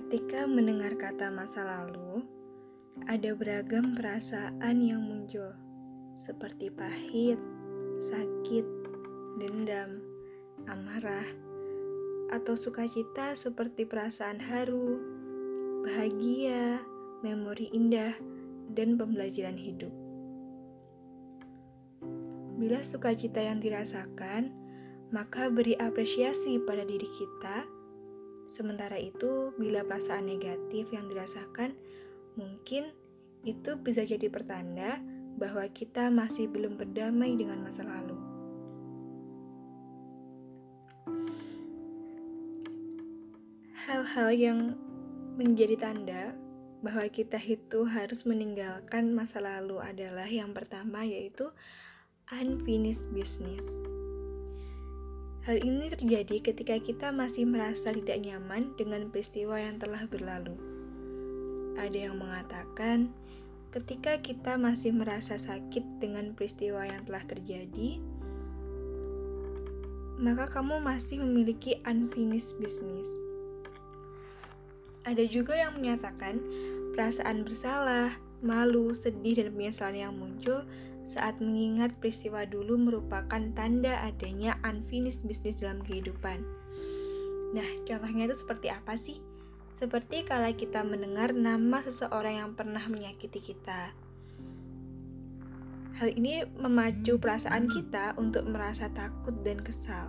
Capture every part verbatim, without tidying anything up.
Ketika mendengar kata masa lalu, ada beragam perasaan yang muncul, seperti pahit, sakit, dendam, amarah, atau sukacita seperti perasaan haru, bahagia, memori indah, dan pembelajaran hidup. Bila sukacita yang dirasakan, maka beri apresiasi pada diri kita. Sementara itu, bila perasaan negatif yang dirasakan, mungkin itu bisa jadi pertanda bahwa kita masih belum berdamai dengan masa lalu. Hal-hal yang menjadi tanda bahwa kita itu harus meninggalkan masa lalu adalah yang pertama, yaitu unfinished business. Hal ini terjadi ketika kita masih merasa tidak nyaman dengan peristiwa yang telah berlalu. Ada yang mengatakan, ketika kita masih merasa sakit dengan peristiwa yang telah terjadi, maka kamu masih memiliki unfinished business. Ada juga yang menyatakan, perasaan bersalah, malu, sedih, dan penyesalan yang muncul saat mengingat peristiwa dulu merupakan tanda adanya unfinished business dalam kehidupan. Nah, contohnya itu seperti apa sih? Seperti kalau kita mendengar nama seseorang yang pernah menyakiti kita. Hal ini memacu perasaan kita untuk merasa takut dan kesal.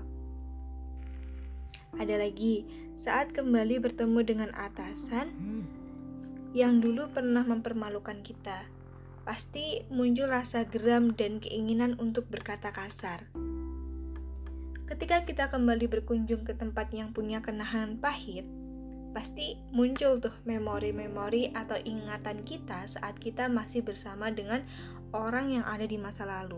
Ada lagi, saat kembali bertemu dengan atasan yang dulu pernah mempermalukan kita, pasti muncul rasa geram dan keinginan untuk berkata kasar. Ketika kita kembali berkunjung ke tempat yang punya kenangan pahit, pasti muncul tuh memori-memori atau ingatan kita saat kita masih bersama dengan orang yang ada di masa lalu.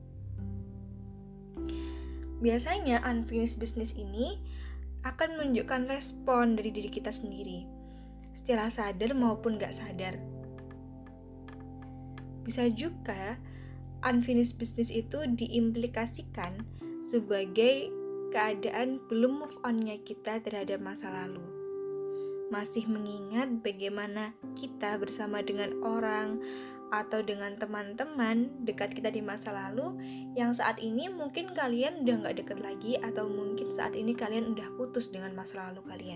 Biasanya unfinished business ini akan menunjukkan respon dari diri kita sendiri, secara sadar maupun gak sadar. Bisa juga unfinished business itu diimplikasikan sebagai keadaan belum move on-nya kita terhadap masa lalu. Masih mengingat bagaimana kita bersama dengan orang atau dengan teman-teman dekat kita di masa lalu yang saat ini mungkin kalian udah gak deket lagi, atau mungkin saat ini kalian udah putus dengan masa lalu kalian.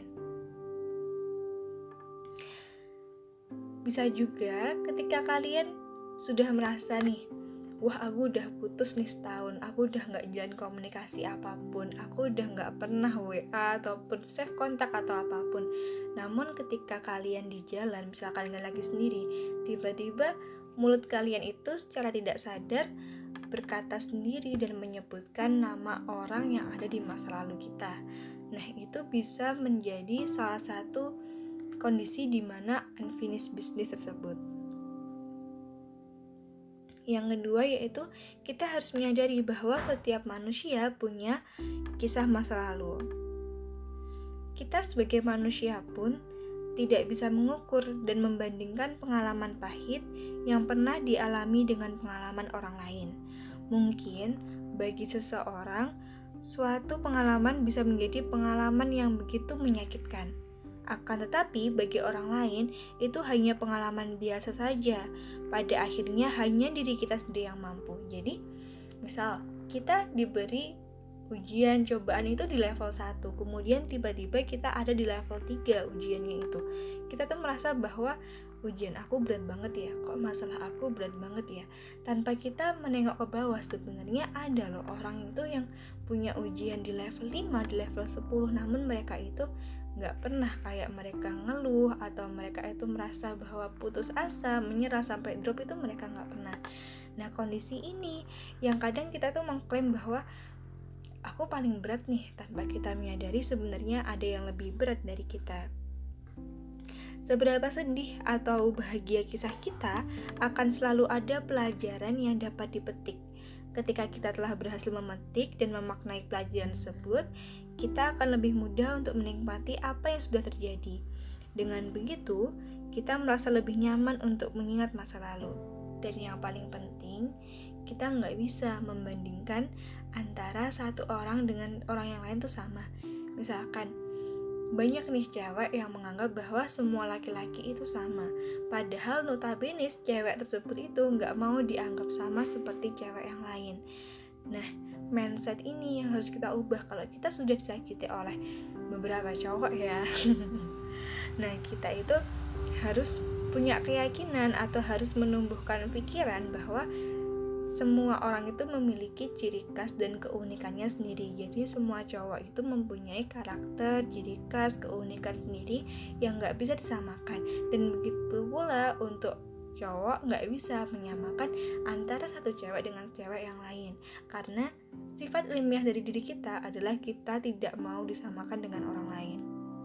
Bisa juga ketika kalian sudah merasa nih, wah aku udah putus nih setahun, aku udah gak jalan komunikasi apapun, aku udah gak pernah W A ataupun save kontak atau apapun. Namun ketika kalian di jalan, misalkan kalian lagi sendiri, tiba-tiba mulut kalian itu secara tidak sadar berkata sendiri dan menyebutkan nama orang yang ada di masa lalu kita. Nah, itu bisa menjadi salah satu kondisi di mana unfinished business tersebut. Yang kedua yaitu kita harus menyadari bahwa setiap manusia punya kisah masa lalu. Kita sebagai manusia pun tidak bisa mengukur dan membandingkan pengalaman pahit yang pernah dialami dengan pengalaman orang lain. Mungkin bagi seseorang, suatu pengalaman bisa menjadi pengalaman yang begitu menyakitkan. Akan tetapi bagi orang lain itu hanya pengalaman biasa saja. Pada akhirnya hanya diri kita sendiri yang mampu. Jadi misal kita diberi ujian cobaan itu di level satu, kemudian tiba-tiba kita ada di level tiga ujiannya itu. Kita tuh merasa bahwa ujian aku berat banget ya, kok masalah aku berat banget ya. Tanpa kita menengok ke bawah, sebenarnya ada loh orang itu yang punya ujian di level lima, di level sepuluh, namun mereka itu gak pernah kayak mereka ngeluh atau mereka itu merasa bahwa putus asa, menyerah sampai drop, itu mereka gak pernah. Nah, kondisi ini yang kadang kita tuh mengklaim bahwa aku paling berat nih, tanpa kita menyadari sebenarnya ada yang lebih berat dari kita. Seberapa sedih atau bahagia kisah kita, akan selalu ada pelajaran yang dapat dipetik. Ketika kita telah berhasil memetik dan memaknai pelajaran tersebut, kita akan lebih mudah untuk menikmati apa yang sudah terjadi. Dengan begitu, kita merasa lebih nyaman untuk mengingat masa lalu. Dan yang paling penting, kita nggak bisa membandingkan antara satu orang dengan orang yang lain tuh sama. Misalkan, banyak nih cewek yang menganggap bahwa semua laki-laki itu sama. Padahal notabene cewek tersebut itu nggak mau dianggap sama seperti cewek yang lain. Nah, mindset ini yang harus kita ubah kalau kita sudah disakiti oleh beberapa cowok ya. Nah, kita itu harus punya keyakinan atau harus menumbuhkan pikiran bahwa semua orang itu memiliki ciri khas dan keunikannya sendiri. Jadi semua cowok itu mempunyai karakter, ciri khas, keunikan sendiri yang gak bisa disamakan. Dan begitu pula untuk cowok gak bisa menyamakan antara satu cewek dengan cewek yang lain. Karena sifat ilmiah dari diri kita adalah kita tidak mau disamakan dengan orang lain.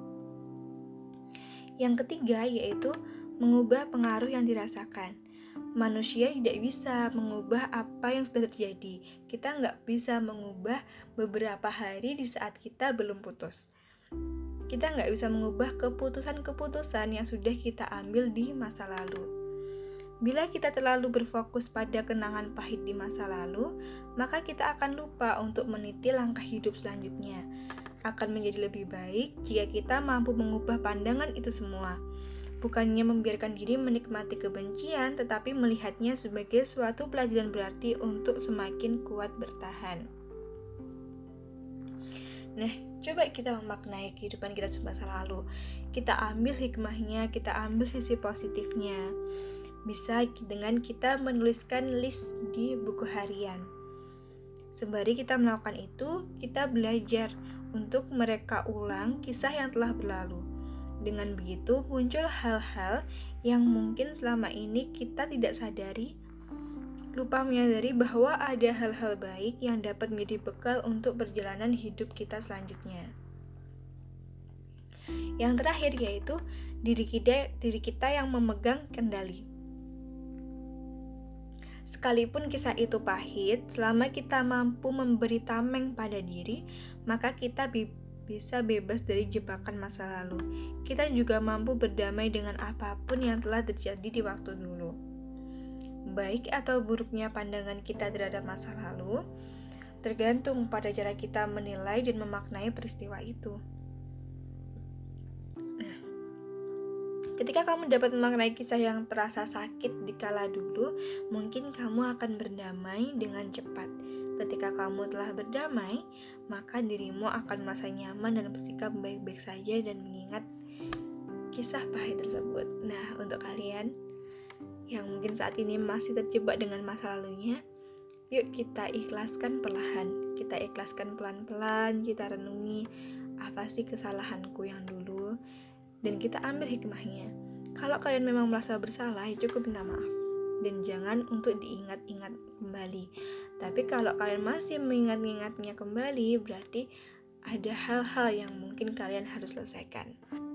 Yang ketiga yaitu mengubah pengaruh yang dirasakan. Manusia tidak bisa mengubah apa yang sudah terjadi. Kita nggak bisa mengubah beberapa hari di saat kita belum putus. Kita nggak bisa mengubah keputusan-keputusan yang sudah kita ambil di masa lalu. Bila kita terlalu berfokus pada kenangan pahit di masa lalu, maka kita akan lupa untuk meniti langkah hidup selanjutnya. Akan menjadi lebih baik jika kita mampu mengubah pandangan itu semua. Bukannya membiarkan diri menikmati kebencian, tetapi melihatnya sebagai suatu pelajaran berarti untuk semakin kuat bertahan. Nah, coba kita memaknai kehidupan kita semasa lalu. Kita ambil hikmahnya, kita ambil sisi positifnya. Bisa dengan kita menuliskan list di buku harian. Sembari kita melakukan itu, kita belajar untuk mereka ulang kisah yang telah berlalu. Dengan begitu muncul hal-hal yang mungkin selama ini kita tidak sadari, lupa menyadari bahwa ada hal-hal baik yang dapat menjadi bekal untuk perjalanan hidup kita selanjutnya. Yang terakhir yaitu diri kita, diri kita yang memegang kendali. Sekalipun kisah itu pahit, selama kita mampu memberi tameng pada diri, maka kita bi- bisa bebas dari jebakan masa lalu. Kita juga mampu berdamai dengan apapun yang telah terjadi di waktu dulu. Baik atau buruknya pandangan kita terhadap masa lalu, tergantung pada cara kita menilai dan memaknai peristiwa itu. Nah, ketika kamu dapat memaknai kisah yang terasa sakit di kala dulu, mungkin kamu akan berdamai dengan cepat. Ketika kamu telah berdamai, maka dirimu akan merasa nyaman dan bersikap baik-baik saja dan mengingat kisah pahit tersebut. Nah, untuk kalian yang mungkin saat ini masih terjebak dengan masa lalunya, yuk kita ikhlaskan perlahan. Kita ikhlaskan pelan-pelan, kita renungi apa sih kesalahanku yang dulu, dan kita ambil hikmahnya. Kalau kalian memang merasa bersalah, ya cukup minta maaf. Dan jangan untuk diingat-ingat kembali. Tapi kalau kalian masih mengingat-ingatnya kembali, berarti ada hal-hal yang mungkin kalian harus selesaikan.